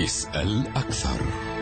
اسأل أكثر.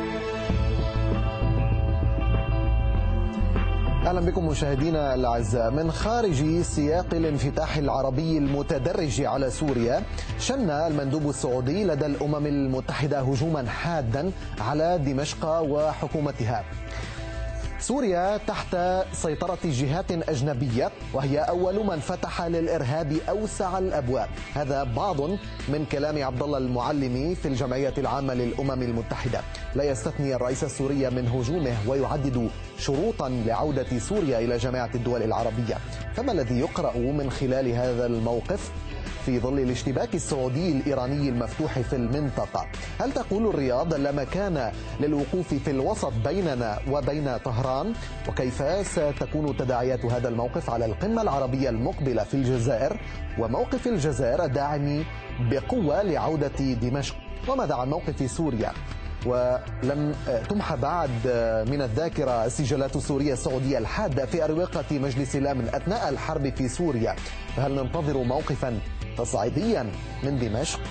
أهلا بكم مشاهدينا الأعزاء. من خارج سياق الانفتاح العربي المتدرج على سوريا، شن المندوب السعودي لدى الأمم المتحدة هجوما حادا على دمشق وحكومتها. سوريا تحت سيطرة جهات أجنبية، وهي أول من فتح للإرهاب أوسع الأبواب. هذا بعض من كلام عبد الله المعلمي في الجمعية العامة للأمم المتحدة. لا يستثني الرئيس السوري من هجومه ويعدد شروطا لعودة سوريا إلى جامعة الدول العربية. فما الذي يقرأ من خلال هذا الموقف في ظل الاشتباك السعودي الإيراني المفتوح في المنطقة؟ هل تقول الرياض لا مكان للوقوف في الوسط بيننا وبين طهران؟ وكيف ستكون تداعيات هذا الموقف على القمة العربية المقبلة في الجزائر وموقف الجزائر الداعم بقوة لعودة دمشق؟ وماذا عن موقف سوريا؟ ولم تمحى بعد من الذاكرة السجلات السورية السعودية الحادة في أروقة مجلس الأمن أثناء الحرب في سوريا، فهل ننتظر موقفا تصعيديا من دمشق؟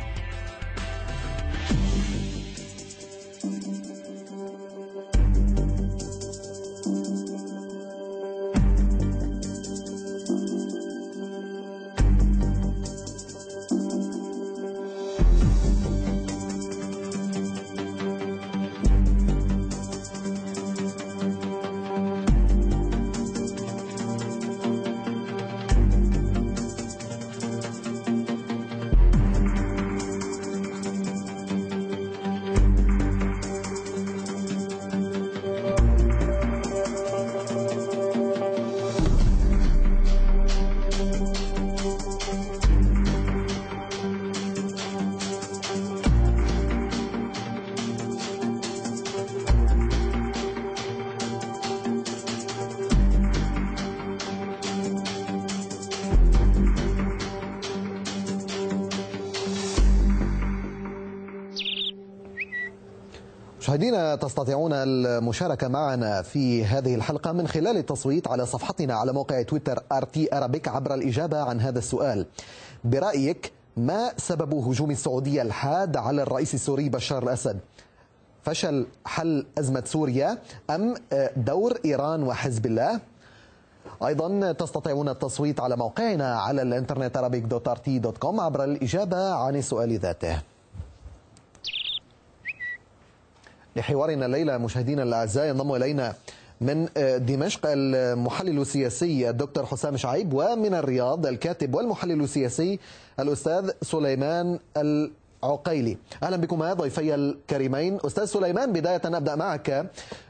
مشاهدينا، تستطيعون المشاركة معنا في هذه الحلقة من خلال التصويت على صفحتنا على موقع تويتر RT Arabic عبر الإجابة عن هذا السؤال. برأيك ما سبب هجوم السعودية الحاد على الرئيس السوري بشار الأسد؟ فشل حل أزمة سوريا أم دور إيران وحزب الله؟ أيضا تستطيعون التصويت على موقعنا على الإنترنت arabic.rt.com عبر الإجابة عن السؤال ذاته. لحوارنا الليلة مشاهدينا الأعزاء ينضم إلينا من دمشق المحلل السياسي الدكتور حسام شعيب، ومن الرياض الكاتب والمحلل السياسي الأستاذ سليمان العقيلي. أهلا بكما ضيفي الكريمين. أستاذ سليمان، بداية أبدأ معك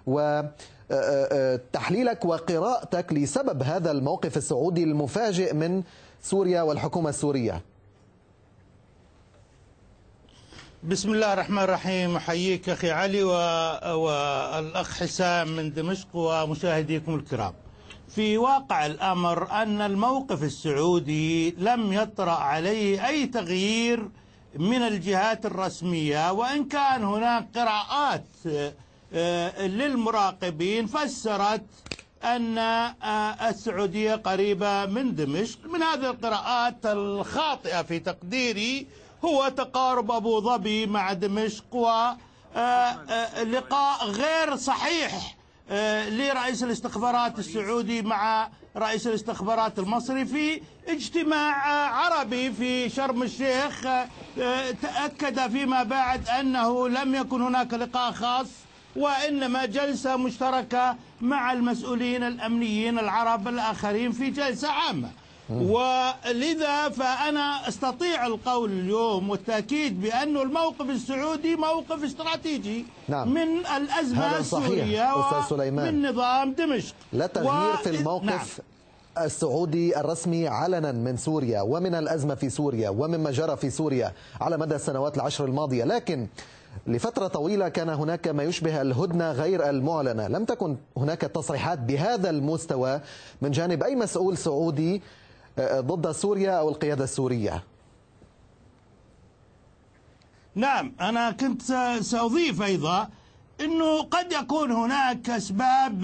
وتحليلك وقراءتك لسبب هذا الموقف السعودي المفاجئ من سوريا والحكومة السورية. بسم الله الرحمن الرحيم. أحييك أخي علي والأخ حسام من دمشق ومشاهديكم الكرام. في واقع الأمر أن الموقف السعودي لم يطرأ عليه أي تغيير من الجهات الرسمية، وإن كان هناك قراءات للمراقبين فسرت أن السعودية قريبة من دمشق. من هذه القراءات الخاطئة في تقديري هو تقارب أبو ظبي مع دمشق ولقاء غير صحيح لرئيس الاستخبارات السعودي مع رئيس الاستخبارات المصري في اجتماع عربي في شرم الشيخ. تأكد فيما بعد أنه لم يكن هناك لقاء خاص، وإنما جلسة مشتركة مع المسؤولين الأمنيين العرب الآخرين في جلسة عامة. ولذا فأنا أستطيع القول اليوم والتأكيد بأن الموقف السعودي موقف استراتيجي. نعم. من الأزمة السورية ومن نظام دمشق. لا تغيير في الموقف. نعم. السعودي الرسمي علنا من سوريا ومن الأزمة في سوريا ومما جرى في سوريا على مدى السنوات العشر الماضية، لكن لفترة طويلة كان هناك ما يشبه الهدنة غير المعلنة. لم تكن هناك تصريحات بهذا المستوى من جانب أي مسؤول سعودي ضد سوريا أو القيادة السورية. نعم، أنا كنت سأضيف أيضا أنه قد يكون هناك أسباب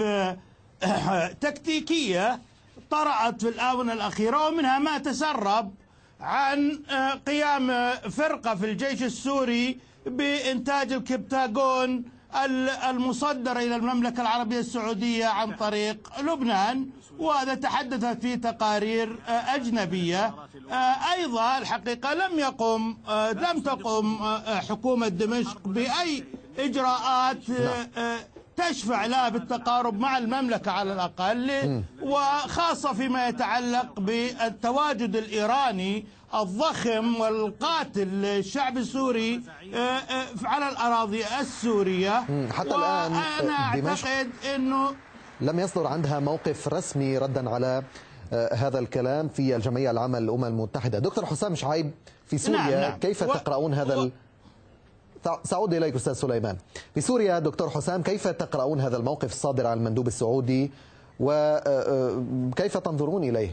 تكتيكية طرأت في الآونة الأخيرة، ومنها ما تسرب عن قيام فرقة في الجيش السوري بإنتاج الكبتاغون المصدر إلى المملكة العربية السعودية عن طريق لبنان، وهذا تحدثت في تقارير أجنبية. أيضا الحقيقة لم تقم حكومة دمشق بأي إجراءات تشفع لها بالتقارب مع المملكة على الأقل، وخاصة فيما يتعلق بالتواجد الإيراني الضخم والقاتل للشعب السوري على الأراضي السورية. حتى الآن أنا أعتقد أنه لم يصدر عندها موقف رسمي ردا على هذا الكلام في الجمعية العامة للأمم المتحدة. دكتور حسام شعيب، في سوريا كيف تقرؤون هذا سأعود إليك أستاذ سليمان. في سوريا دكتور حسام، كيف تقرؤون هذا الموقف الصادر عن المندوب السعودي وكيف تنظرون إليه؟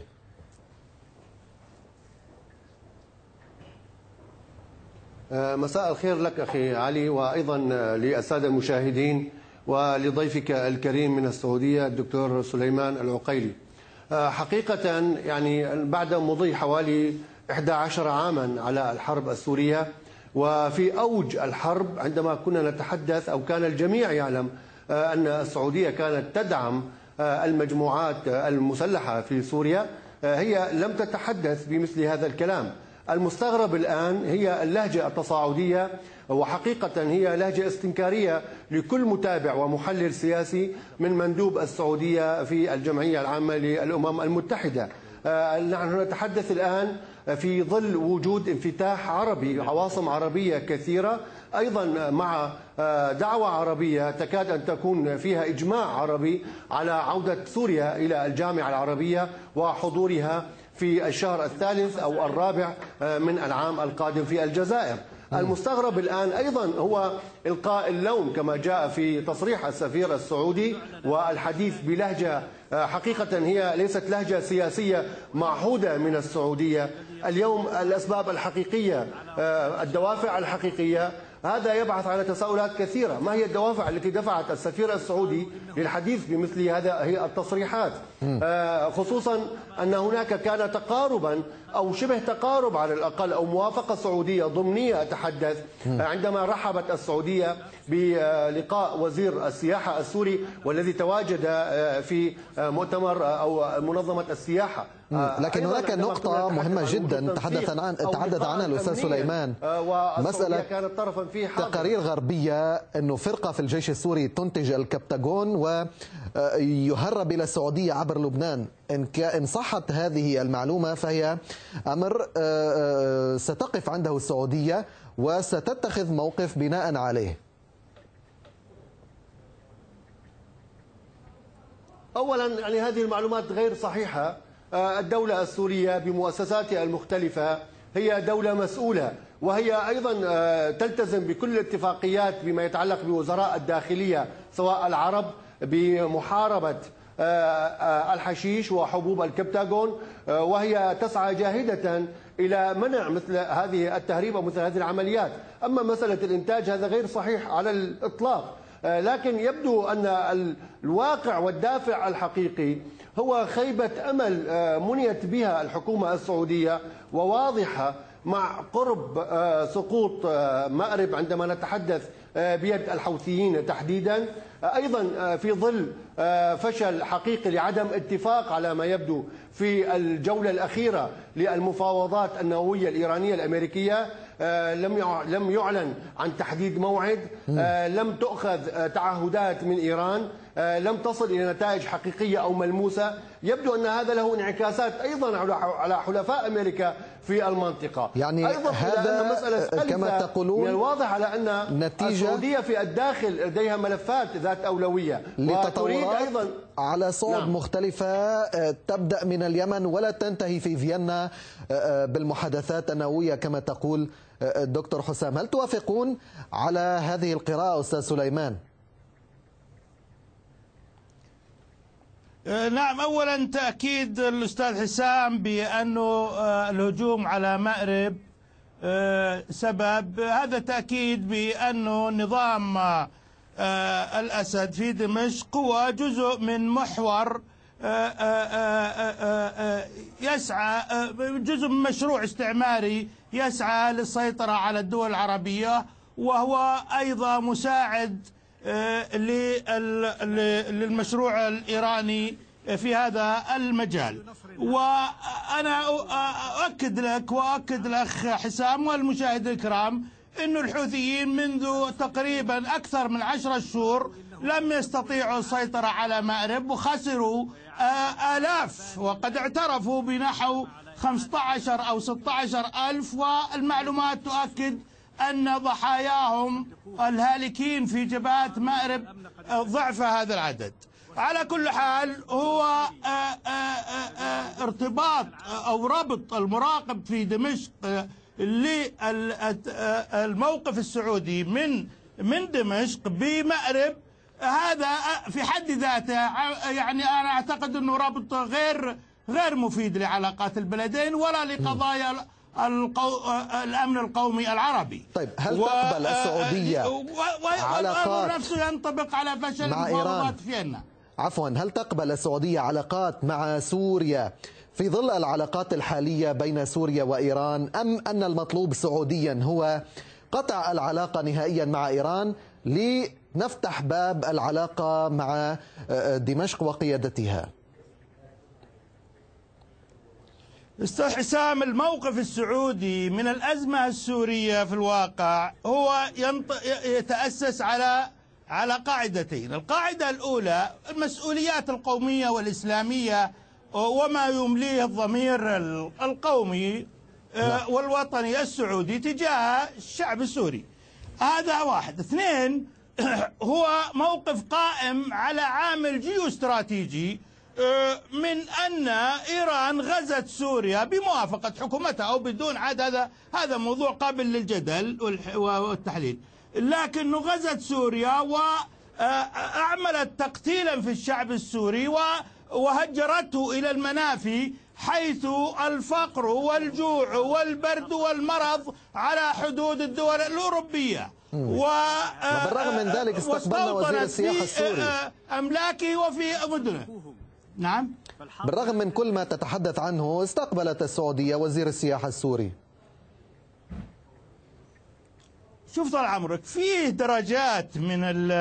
مساء الخير لك أخي علي، وأيضا للسادة المشاهدين ولضيفك الكريم من السعودية الدكتور سليمان العقيلي. حقيقة يعني بعد مضي حوالي 11 عاما على الحرب السورية، وفي أوج الحرب عندما كنا نتحدث أو كان الجميع يعلم أن السعودية كانت تدعم المجموعات المسلحة في سوريا، هي لم تتحدث بمثل هذا الكلام. المستغرب الآن هي اللهجة التصاعدية، وحقيقة هي لهجة استنكارية لكل متابع ومحلل سياسي من مندوب السعودية في الجمعية العامة للأمم المتحدة. نحن نتحدث الآن في ظل وجود انفتاح عربي، عواصم عربية كثيرة، أيضا مع دعوة عربية تكاد أن تكون فيها إجماع عربي على عودة سوريا إلى الجامعة العربية وحضورها في الشهر الثالث أو الرابع من العام القادم في الجزائر. المستغرب الآن أيضا هو إلقاء اللوم كما جاء في تصريح السفير السعودي، والحديث بلهجة حقيقة هي ليست لهجة سياسية معهودة من السعودية. اليوم الأسباب الحقيقية، الدوافع الحقيقية، هذا يبعث على تساؤلات كثيرة. ما هي الدوافع التي دفعت السفير السعودي للحديث بمثل هي التصريحات، خصوصا أن هناك كان تقاربا أو شبه تقارب على الأقل أو موافقة سعودية ضمنية أتحدث، عندما رحبت السعودية بلقاء وزير السياحة السوري والذي تواجد في مؤتمر أو منظمة السياحة. لكن هناك نقطة مهمة جدا تحدث عنها الأستاذ سليمان، مسألة كانت طرفا في تقارير غربية أنه فرقة في الجيش السوري تنتج الكبتاغون ويهرب إلى السعودية عبر لبنان. إن صحت هذه المعلومة فهي أمر ستقف عنده السعودية وستتخذ موقف بناء عليه. أولا يعني هذه المعلومات غير صحيحة. الدولة السورية بمؤسساتها المختلفة هي دولة مسؤولة، وهي أيضا تلتزم بكل الاتفاقيات بما يتعلق بوزراء الداخلية سواء العرب بمحاربة الحشيش وحبوب الكبتاغون، وهي تسعى جاهدة إلى منع مثل هذه التهريب ومثل هذه العمليات. أما مسألة الإنتاج هذا غير صحيح على الإطلاق، لكن يبدو أن الواقع والدافع الحقيقي هو خيبة أمل منيت بها الحكومة السعودية وواضحة مع قرب سقوط مأرب عندما نتحدث بيد الحوثيين تحديدا، أيضا في ظل فشل حقيقي لعدم اتفاق على ما يبدو في الجولة الأخيرة للمفاوضات النووية الإيرانية الأمريكية. لم يعلن عن تحديد موعد، لم تؤخذ تعهدات من إيران، لم تصل إلى نتائج حقيقية أو ملموسة. يبدو أن هذا له انعكاسات أيضا على حلفاء أمريكا في المنطقة. يعني أيضا هذا كما تقولون من الواضح على أن السعودية في الداخل لديها ملفات ذات أولوية وتريد أيضا على صعد مختلفة تبدأ من اليمن ولا تنتهي في فيينا بالمحادثات النووية كما تقول الدكتور حسام. هل توافقون على هذه القراءة أستاذ سليمان؟ نعم، أولا تأكيد الأستاذ حسام بأنه الهجوم على مأرب سبب، هذا تأكيد بأنه نظام الأسد في دمشق هو جزء من محور يسعى، جزء من مشروع استعماري يسعى للسيطرة على الدول العربية وهو أيضا مساعد للمشروع الإيراني في هذا المجال. وأنا أؤكد لك وأؤكد الأخ حسام والمشاهدين الكرام أن الحوثيين منذ تقريبا أكثر من 10 شهور لم يستطيعوا السيطرة على مأرب، وخسروا آلاف، وقد اعترفوا بنحو 15 أو 16 ألف، والمعلومات تؤكد أن ضحاياهم الهالكين في جبهات مأرب ضعف هذا العدد. على كل حال، هو ارتباط أو ربط المراقب في دمشق للموقف السعودي من دمشق بمأرب، هذا في حد ذاته يعني أنا أعتقد أنه ربط غير مفيد لعلاقات البلدين ولا لقضايا الأمن القومي العربي. طيب، هل تقبل السعودية علاقات نفسه ينطبق على فشل المفاوضات في فيينا؟ عفوا، هل تقبل السعودية علاقات مع سوريا في ظل العلاقات الحالية بين سوريا وإيران، أم أن المطلوب سعوديا هو قطع العلاقة نهائيا مع إيران لنفتح باب العلاقة مع دمشق وقيادتها؟ أستاذ حسام، الموقف السعودي من الأزمة السورية في الواقع هو يتأسس على قاعدتين. القاعدة الأولى المسؤوليات القومية والإسلامية وما يمليه الضمير القومي والوطني السعودي تجاه الشعب السوري. هذا واحد. اثنين، هو موقف قائم على عامل جيوستراتيجي من أن إيران غزت سوريا بموافقة حكومتها أو بدون عاد، هذا موضوع قابل للجدل والتحليل، لكنه غزت سوريا وأعملت تقتيلا في الشعب السوري وهجرته إلى المنافي، حيث الفقر والجوع والبرد والمرض على حدود الدول الأوروبية. وبالرغم من ذلك استقبلنا وزير السياحة السوري أملاكه وفي مدنه. نعم، بالرغم من كل ما تتحدث عنه استقبلت السعودية وزير السياحة السوري. شوف طال عمرك، فيه درجات من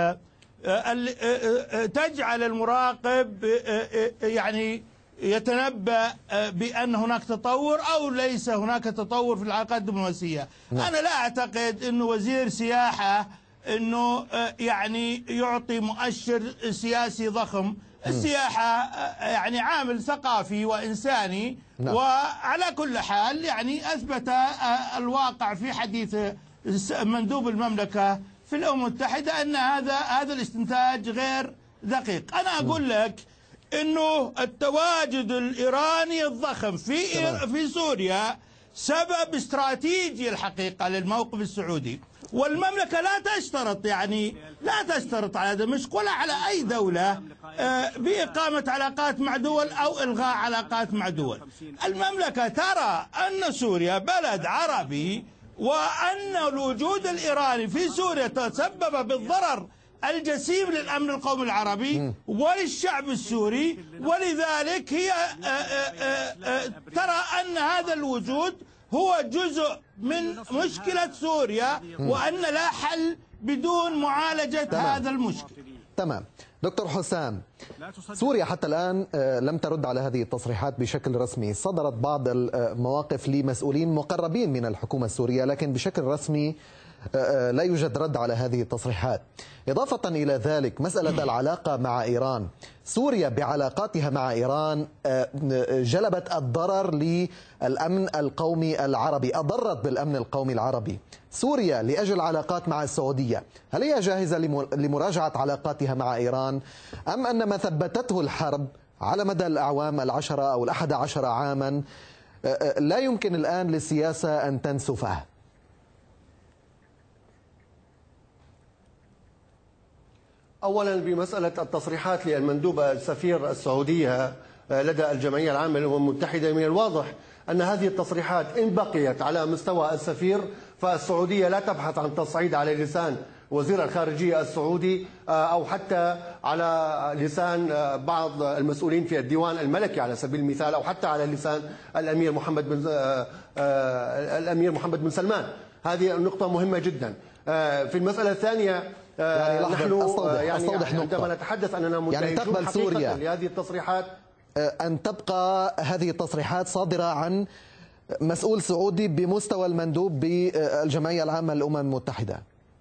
تجعل المراقب يعني يتنبأ بأن هناك تطور أو ليس هناك تطور في العلاقات الدبلوماسية. أنا لا أعتقد أنه وزير سياحة أنه يعني يعطي مؤشر سياسي ضخم. السياحة يعني عامل ثقافي وإنساني. وعلى كل حال يعني أثبت الواقع في حديث مندوب المملكة في الأمم المتحدة أن هذا الاستنتاج غير دقيق. أنا أقول لك أنه التواجد الإيراني الضخم في سوريا سبب استراتيجي الحقيقة للموقف السعودي، والمملكة لا تشترط على دمشق ولا على أي دولة بإقامة علاقات مع دول أو إلغاء علاقات مع دول. المملكة ترى أن سوريا بلد عربي، وأن الوجود الإيراني في سوريا تسبب بالضرر الجسيم للأمن القومي العربي وللشعب السوري، ولذلك هي ترى أن هذا الوجود هو جزء من مشكلة سوريا، وأن لا حل بدون معالجة هذا المشكل. تمام. دكتور حسام، سوريا حتى الآن لم ترد على هذه التصريحات بشكل رسمي. صدرت بعض المواقف لمسؤولين مقربين من الحكومة السورية، لكن بشكل رسمي لا يوجد رد على هذه التصريحات. إضافة إلى ذلك مسألة العلاقة مع إيران، سوريا بعلاقاتها مع إيران جلبت الضرر للأمن القومي العربي، أضرت بالأمن القومي العربي. سوريا لأجل علاقات مع السعودية، هل هي جاهزة لمراجعة علاقاتها مع إيران، أم أن ما ثبتته الحرب على مدى الأعوام 10 أو 11 عاما لا يمكن الآن للسياسة أن تنسفه؟ أولا بمسألة التصريحات للمندوبة السفير السعودية لدى الجمعية العامة للأمم المتحدة، من الواضح أن هذه التصريحات إن بقيت على مستوى السفير فالسعودية لا تبحث عن تصعيد على لسان وزير الخارجية السعودي أو حتى على لسان بعض المسؤولين في الديوان الملكي على سبيل المثال، أو حتى على لسان الأمير محمد بن سلمان. هذه النقطة مهمة جدا. في المسألة الثانية نحن يعني عندما نتحدث أننا منتهجون حقيقة لهذه التصريحات، أن تبقى هذه التصريحات صادرة عن مسؤول سعودي بمستوى المندوب بالجمعية العامة للأمم المتحدة.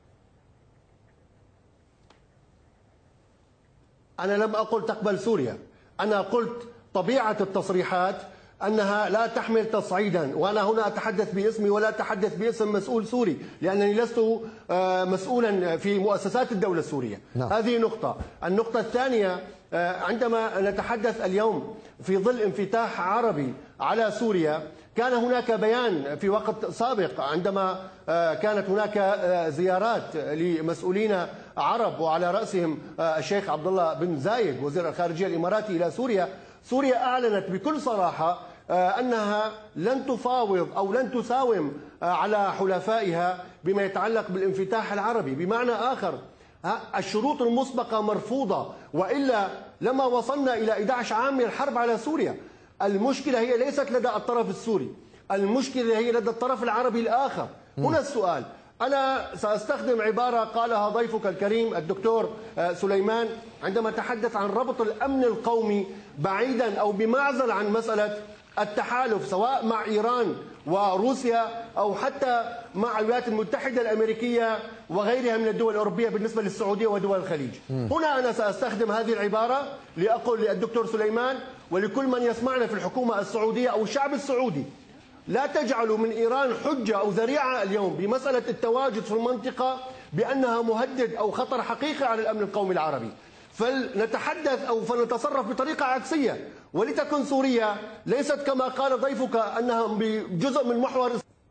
أنا لم أقل تقبل سوريا، أنا قلت طبيعة التصريحات أنها لا تحمل تصعيدا، وأنا هنا أتحدث باسمي ولا أتحدث باسم مسؤول سوري، لأنني لست مسؤولا في مؤسسات الدولة السورية. هذه نقطة. النقطة الثانية، عندما نتحدث اليوم في ظل انفتاح عربي على سوريا، كان هناك بيان في وقت سابق عندما كانت هناك زيارات لمسؤولين عرب وعلى رأسهم الشيخ عبد الله بن زايد وزير الخارجية الإماراتي إلى سوريا. سوريا أعلنت بكل صراحة أنها لن تفاوض أو لن تساوم على حلفائها بما يتعلق بالانفتاح العربي. بمعنى آخر، الشروط المسبقة مرفوضة، وإلا لما وصلنا إلى 11 عام من الحرب على سوريا. المشكلة هي ليست لدى الطرف السوري، المشكلة هي لدى الطرف العربي الآخر. هنا السؤال، أنا سأستخدم عبارة قالها ضيفك الكريم الدكتور سليمان عندما تحدث عن ربط الأمن القومي بعيدا أو بمعزل عن مسألة التحالف، سواء مع إيران وروسيا أو حتى مع الولايات المتحدة الأمريكية وغيرها من الدول الأوروبية بالنسبة للسعودية ودول الخليج. هنا أنا سأستخدم هذه العبارة لأقول للدكتور سليمان ولكل من يسمعنا في الحكومة السعودية أو الشعب السعودي: لا تجعلوا من إيران حجة أو ذريعة اليوم بمسألة التواجد في المنطقة بأنها مهدد أو خطر حقيقي على الأمن القومي العربي. فلنتحدث أو فلنتصرف بطريقة عكسية، ولتكن سوريا ليست كما قال ضيفك أنها بجزء من محور.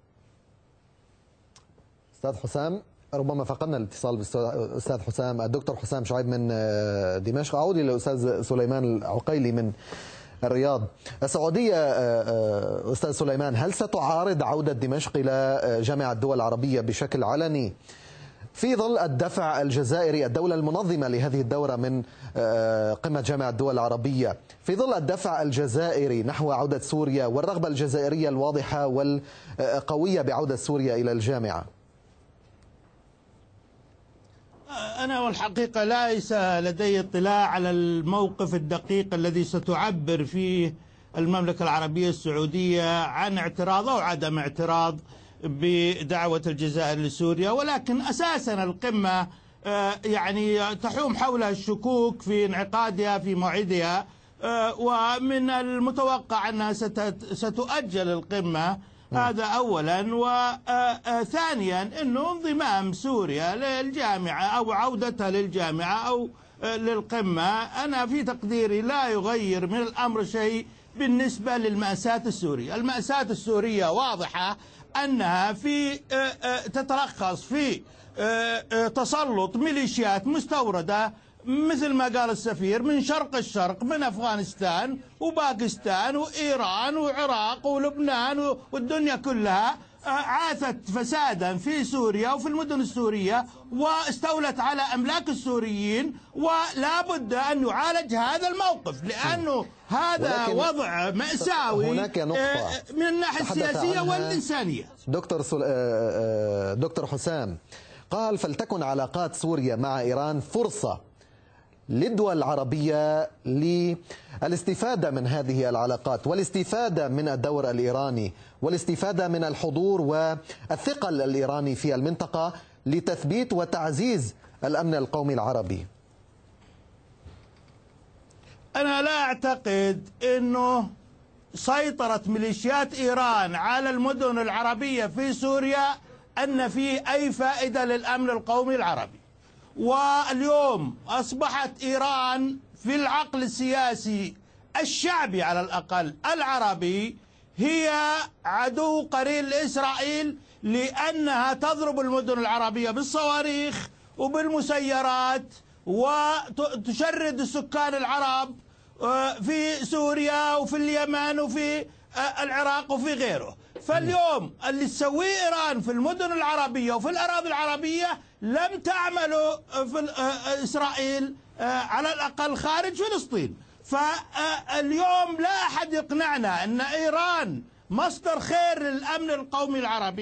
أستاذ حسام، ربما فقدنا الاتصال بالأستاذ حسام. الدكتور حسام شعيب من دمشق. أعود إلى الأستاذ سليمان العقيلي من الرياض. السعودية أستاذ سليمان، هل ستعارض عودة دمشق إلى جامعة الدول العربية بشكل علني في ظل الدفع الجزائري، الدولة المنظمة لهذه الدورة من قمة جامعة الدول العربية، في ظل الدفع الجزائري نحو عودة سوريا والرغبة الجزائرية الواضحة والقوية بعودة سوريا إلى الجامعة؟ أنا والحقيقة ليس لدي اطلاع على الموقف الدقيق الذي ستعبر فيه المملكة العربية السعودية عن اعتراض أو عدم اعتراض بدعوة الجزائر لسوريا، ولكن أساسا القمة يعني تحوم حولها الشكوك في انعقادها في موعدها، ومن المتوقع أنها ستؤجل القمة. هذا أولا. وثانيا أنه انضمام سوريا للجامعة أو عودتها للجامعة أو للقمة أنا في تقديري لا يغير من الأمر شيء بالنسبة للمأساة السورية. المأساة السورية واضحة أنها تترخص في تسلط ميليشيات مستوردة مثل ما قال السفير من شرق الشرق، من أفغانستان وباكستان وإيران وعراق ولبنان والدنيا كلها، عاثت فسادا في سوريا وفي المدن السورية واستولت على أملاك السوريين، ولا بد أن يعالج هذا الموقف لأنه هذا وضع مأساوي من الناحية السياسية والإنسانية. دكتور حسام قال: فلتكن علاقات سوريا مع إيران فرصة للدول العربية للاستفادة من هذه العلاقات والاستفادة من الدور الإيراني والاستفادة من الحضور والثقل الإيراني في المنطقة لتثبيت وتعزيز الأمن القومي العربي. أنا لا أعتقد أنه سيطرة ميليشيات إيران على المدن العربية في سوريا أن فيه أي فائدة للأمن القومي العربي. واليوم أصبحت إيران في العقل السياسي الشعبي على الأقل العربي هي عدو قرين لإسرائيل، لأنها تضرب المدن العربية بالصواريخ وبالمسيرات وتشرد السكان العرب في سوريا وفي اليمن وفي العراق وفي غيره. فاليوم اللي تسويه إيران في المدن العربية وفي الأراضي العربية لم تعمله في إسرائيل على الأقل خارج فلسطين. فاليوم لا أحد يقنعنا أن إيران مصدر خير للأمن القومي العربي،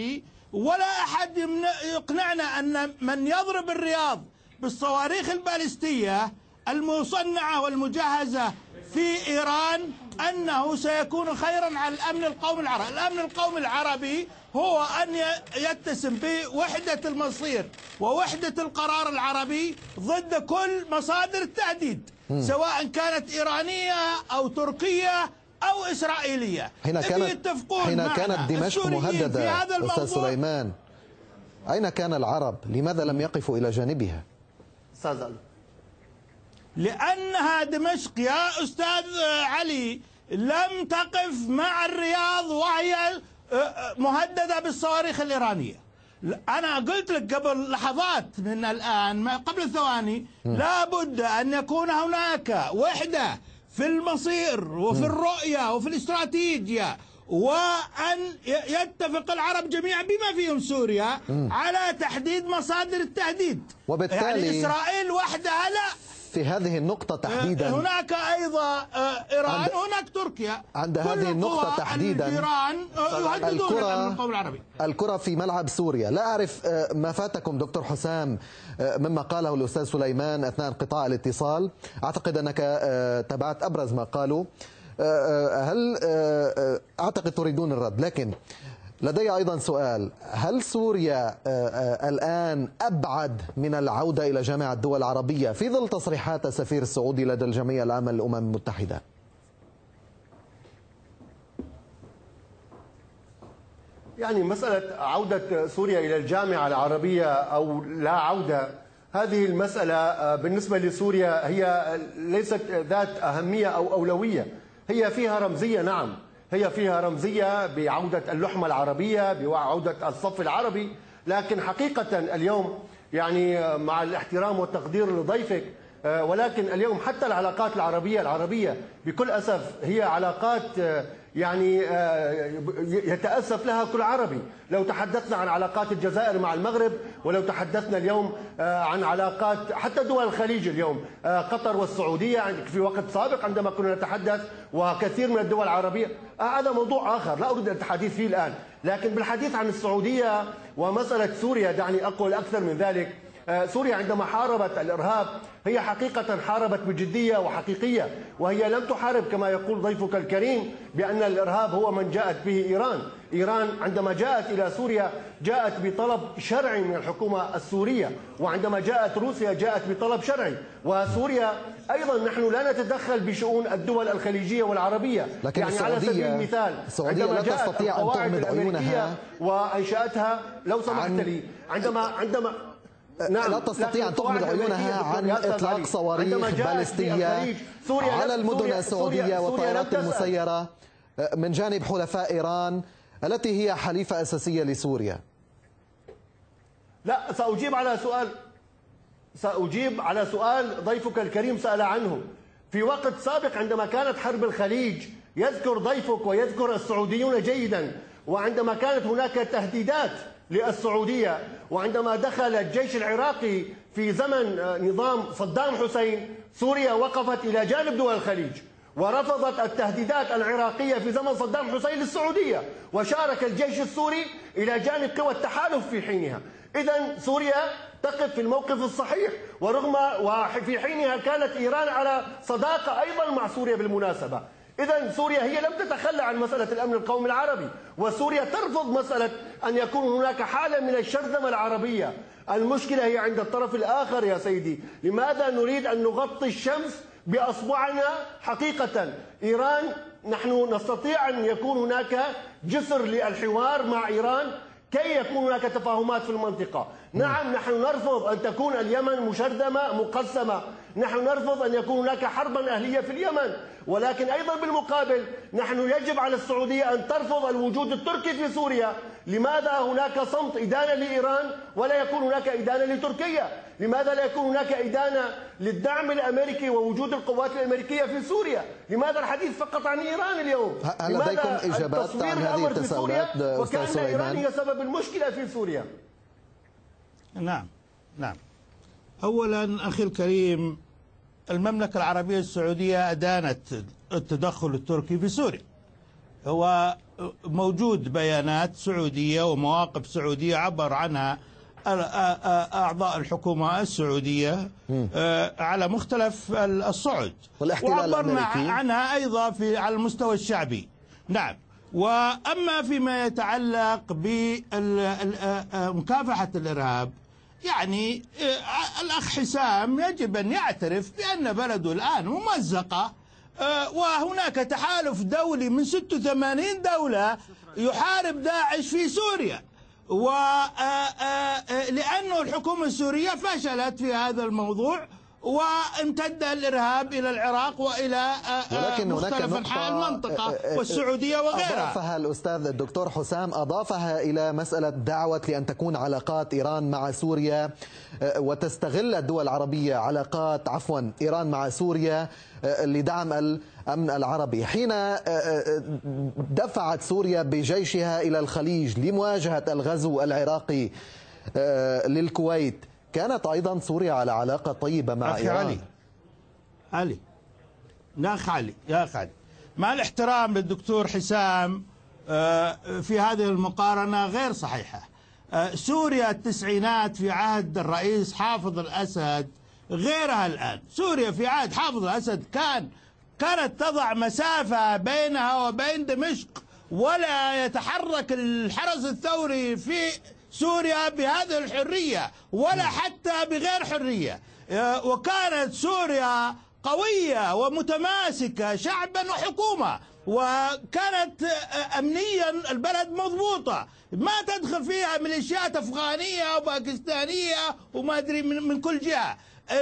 ولا أحد يقنعنا أن من يضرب الرياض بالصواريخ البالستية المصنعة والمجهزة في إيران أنه سيكون خيرا على الأمن القومي العربي. الأمن القومي العربي هو أن يتسم بوحدة المصير ووحدة القرار العربي ضد كل مصادر التهديد، سواء كانت إيرانية أو تركية أو إسرائيلية. حين كانت دمشق مهددة أستاذ سليمان، أين كان العرب؟ لماذا لم يقفوا إلى جانبها؟ أستاذ علي، لأنها دمشق يا أستاذ علي لم تقف مع الرياض وهي مهددة بالصواريخ الإيرانية. أنا قلت لك قبل لحظات من الآن، قبل ثواني، لا بد أن يكون هناك وحدة في المصير وفي الرؤية وفي الاستراتيجية، وأن يتفق العرب جميعا بما فيهم سوريا على تحديد مصادر التهديد. وبالتالي يعني إسرائيل وحدها لا. في هذه النقطة تحديدا هناك أيضا إيران، هناك تركيا، عند هذه النقطة تحديدا الكرة في ملعب سوريا. لا أعرف ما فاتكم دكتور حسام مما قاله الأستاذ سليمان أثناء انقطاع الاتصال، أعتقد أنك تابعت أبرز ما قالوا. هل أعتقد تريدون الرد، لكن لدي أيضا سؤال: هل سوريا الآن أبعد من العودة إلى جامعة الدول العربية في ظل تصريحات السفير السعودي لدى الجمعية العامة للأمم المتحدة؟ يعني مسألة عودة سوريا إلى الجامعة العربية أو لا عودة، هذه المسألة بالنسبة لسوريا هي ليست ذات أهمية أو أولوية. هي فيها رمزية، نعم، هي فيها رمزية بعودة اللحمة العربية، بعودة الصف العربي، لكن حقيقة اليوم يعني مع الاحترام والتقدير لضيفك، ولكن اليوم حتى العلاقات العربية بكل أسف هي علاقات يعني يتأسف لها كل عربي. لو تحدثنا عن علاقات الجزائر مع المغرب، ولو تحدثنا اليوم عن علاقات حتى دول الخليج اليوم، قطر والسعودية في وقت سابق عندما كنا نتحدث، وكثير من الدول العربية، هذا موضوع آخر لا أريد الحديث فيه الآن. لكن بالحديث عن السعودية ومسألة سوريا دعني أقول أكثر من ذلك. سوريا عندما حاربت الإرهاب هي حقيقة حاربت بجدية وحقيقية، وهي لم تحارب كما يقول ضيفك الكريم بأن الإرهاب هو من جاءت به إيران. إيران عندما جاءت إلى سوريا جاءت بطلب شرعي من الحكومة السورية، وعندما جاءت روسيا جاءت بطلب شرعي. وسوريا أيضا نحن لا نتدخل بشؤون الدول الخليجية والعربية. لكن يعني على سبيل المثال السعودية لا تستطيع أن تغمض عيونها وأنشأتها، لو سمحت لي، عندما نعم، لا تستطيع أن تغمض عيونها عن إطلاق صواريخ باليستية على المدن السعودية والطائرات المسيرة من جانب حلفاء إيران التي هي حليفة أساسية لسوريا. لا، سأجيب على سؤال ضيفك الكريم سأل عنه. في وقت سابق عندما كانت حرب الخليج يذكر ضيفك ويذكر السعوديون جيدا، وعندما كانت هناك تهديدات للسعودية، وعندما دخل الجيش العراقي في زمن نظام صدام حسين، سوريا وقفت إلى جانب دول الخليج ورفضت التهديدات العراقية في زمن صدام حسين للسعودية، وشارك الجيش السوري إلى جانب قوى التحالف في حينها. إذن سوريا تقف في الموقف الصحيح، ورغم وفي حينها كانت إيران على صداقة أيضا مع سوريا بالمناسبة. إذن سوريا هي لم تتخلى عن مسألة الأمن القومي العربي، وسوريا ترفض مسألة أن يكون هناك حالة من الشرذمة العربية. المشكلة هي عند الطرف الآخر يا سيدي. لماذا نريد أن نغطي الشمس بأصبعنا؟ حقيقة إيران، نحن نستطيع أن يكون هناك جسر للحوار مع إيران كي يكون هناك تفاهمات في المنطقة. نعم، نحن نرفض أن تكون اليمن مشرذمة مقسمة، نحن نرفض أن يكون هناك حربا أهلية في اليمن، ولكن أيضا بالمقابل نحن يجب على السعودية أن ترفض الوجود التركي في سوريا. لماذا هناك صمت إدانة لإيران ولا يكون هناك إدانة لتركيا؟ لماذا لا يكون هناك إدانة للدعم الأمريكي ووجود القوات الأمريكية في سوريا؟ لماذا الحديث فقط عن إيران اليوم؟ هل لديكم إجابات عن هذه التساؤلات أستاذ سليمان؟ وكأن إيران هي سبب المشكلة في سوريا. نعم. أولا أخي الكريم، المملكة العربية السعودية أدانت التدخل التركي في سوريا، هو موجود بيانات سعودية ومواقف سعودية عبر عنها أعضاء الحكومة السعودية على مختلف الصعد، وعبرنا عنها أيضا على المستوى الشعبي. نعم. وأما فيما يتعلق بمكافحة الإرهاب، يعني الأخ حسام يجب أن يعترف بأن بلده الآن ممزقة، وهناك تحالف دولي من 86 دولة يحارب داعش في سوريا، ولأنه الحكومة السورية فشلت في هذا الموضوع وامتد الإرهاب إلى العراق وإلى مختلف أنحاء المنطقة والسعودية وغيرها. أضافها الأستاذ الدكتور حسام، أضافها إلى مسألة دعوة لأن تكون علاقات إيران مع سوريا وتستغل الدول العربية إيران مع سوريا لدعم الأمن العربي. حين دفعت سوريا بجيشها إلى الخليج لمواجهة الغزو العراقي للكويت، كانت أيضا سوريا على علاقة طيبة مع إيران. يا أخ علي مع الاحترام للدكتور حسام، في هذه المقارنة غير صحيحة. سوريا التسعينات في عهد الرئيس حافظ الأسد غيرها الآن. سوريا في عهد حافظ الأسد كانت تضع مسافة بينها وبين دمشق، ولا يتحرك الحرس الثوري في سوريا بهذه الحرية ولا حتى بغير حرية. وكانت سوريا قوية ومتماسكة شعبا وحكومة، وكانت أمنيا البلد مضبوطة، ما تدخل فيها ميليشيات أفغانية وباكستانية وما أدري من كل جهة.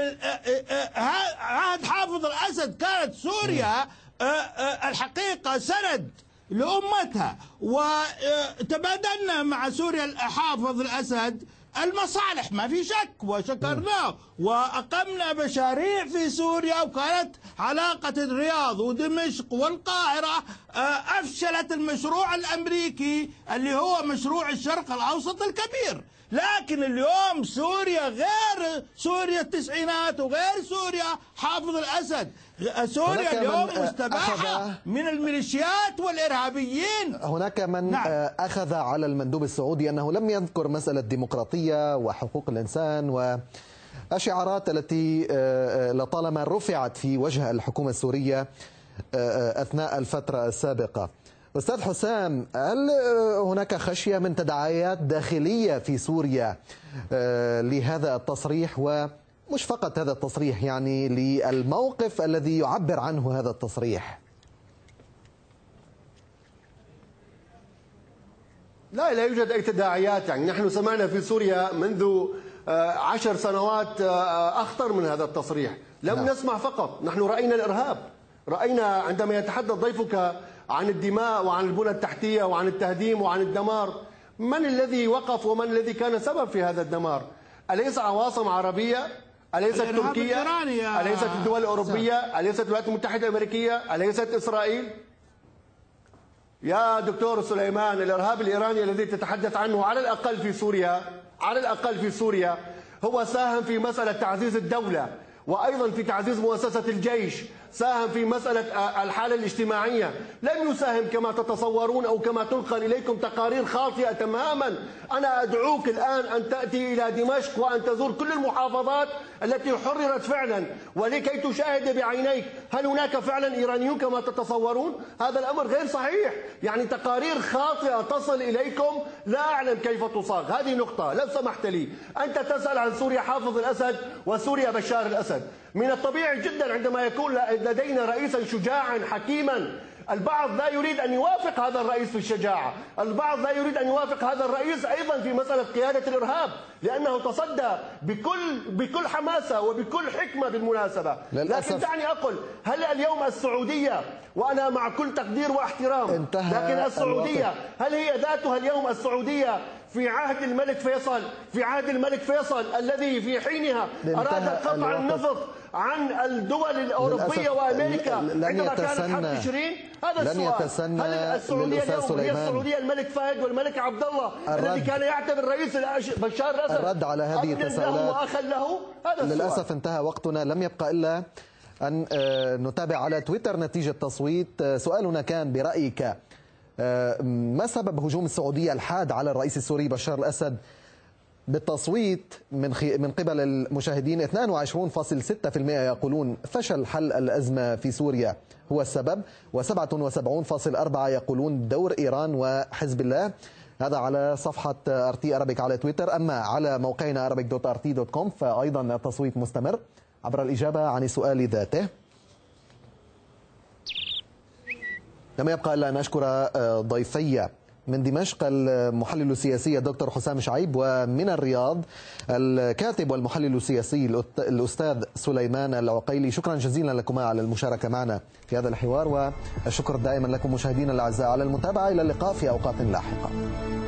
عهد حافظ الأسد كانت سوريا الحقيقة سند لأمتها، وتبادلنا مع سوريا حافظ الأسد المصالح ما في شك وشكرناه، وأقمنا مشاريع في سوريا، وكانت علاقة الرياض ودمشق والقاهرة أفشلت المشروع الأمريكي اللي هو مشروع الشرق الأوسط الكبير. لكن اليوم سوريا غير سوريا التسعينات وغير سوريا حافظ الأسد. سوريا اليوم مستباحة من الميليشيات والإرهابيين. هناك من أخذ على المندوب السعودي أنه لم يذكر مسألة الديمقراطية وحقوق الإنسان والشعارات التي لطالما رفعت في وجه الحكومة السورية أثناء الفترة السابقة. أستاذ حسام، هل هناك خشية من تداعيات داخلية في سوريا لهذا التصريح، ومش فقط هذا التصريح، يعني للموقف الذي يعبر عنه هذا التصريح؟ لا يوجد أي تداعيات. يعني نحن سمعنا في سوريا منذ 10 سنوات أخطر من هذا التصريح. لم نسمع فقط، نحن رأينا الإرهاب، رأينا عندما يتحدث ضيفك عن الدماء وعن البنى التحتية وعن التهديم وعن الدمار، من الذي وقف ومن الذي كان سبب في هذا الدمار؟ أليس عواصم عربية؟ أليست تركيا؟ أليست الدول الأوروبية؟ أليست الولايات المتحدة الأمريكية؟ أليست إسرائيل؟ يا دكتور سليمان، الإرهاب الإيراني الذي تتحدث عنه على الأقل في سوريا هو ساهم في مسألة تعزيز الدولة، وأيضا في تعزيز مؤسسة الجيش، ساهم في مسألة الحالة الاجتماعية. لم يساهم كما تتصورون أو كما تنقل إليكم تقارير خاطئة تماما. أنا أدعوك الآن أن تأتي إلى دمشق وأن تزور كل المحافظات التي حررت فعلا، ولكي تشاهد بعينيك هل هناك فعلا إيرانيون كما تتصورون. هذا الأمر غير صحيح، يعني تقارير خاطئة تصل إليكم لا أعلم كيف تصاغ. هذه نقطة. لو سمحت لي، أنت تسأل عن سوريا حافظ الأسد وسوريا بشار الأسد. من الطبيعي جدا عندما يكون لدينا رئيسا شجاعا حكيما، البعض لا يريد أن يوافق هذا الرئيس في الشجاعة، البعض لا يريد أن يوافق هذا الرئيس أيضا في مسألة قيادة الإرهاب، لأنه تصدى بكل حماسة وبكل حكمة بالمناسبة. لكن دعني أقول، هل اليوم السعودية، وأنا مع كل تقدير واحترام، لكن السعودية هل هي ذاتها اليوم السعودية في عهد الملك فيصل الذي في حينها أراد قطع النفط عن الدول الأوروبية وأمريكا عندما كانت حرب تشرين؟ هذا السؤال. هل السعودية اليوم هي السعودية الملك فهد والملك عبد الله الذي كان يعتبر الرئيس بشار الأسد الرد على هذه التساؤلات وأخا له؟ هذا للأسف انتهى وقتنا، لم يبقى إلا أن نتابع على تويتر نتيجة تصويت. سؤالنا كان: برأيك ما سبب هجوم السعودية الحاد على الرئيس السوري بشار الأسد بالتصويت من قبل المشاهدين 22.6% يقولون فشل حل الأزمة في سوريا هو السبب، و77.4% يقولون دور إيران وحزب الله. هذا على صفحة RT Arabic على تويتر. أما على موقعنا arabic.rt.com فأيضا التصويت مستمر عبر الإجابة عن السؤال ذاته. لم يبقى إلا أن أشكر ضيفي من دمشق المحلل السياسي الدكتور حسام شعيب، ومن الرياض الكاتب والمحلل السياسي الأستاذ سليمان العقيلي. شكرا جزيلا لكما على المشاركة معنا في هذا الحوار، والشكر دائما لكم مشاهدينا الأعزاء على المتابعة. إلى اللقاء في أوقات لاحقة.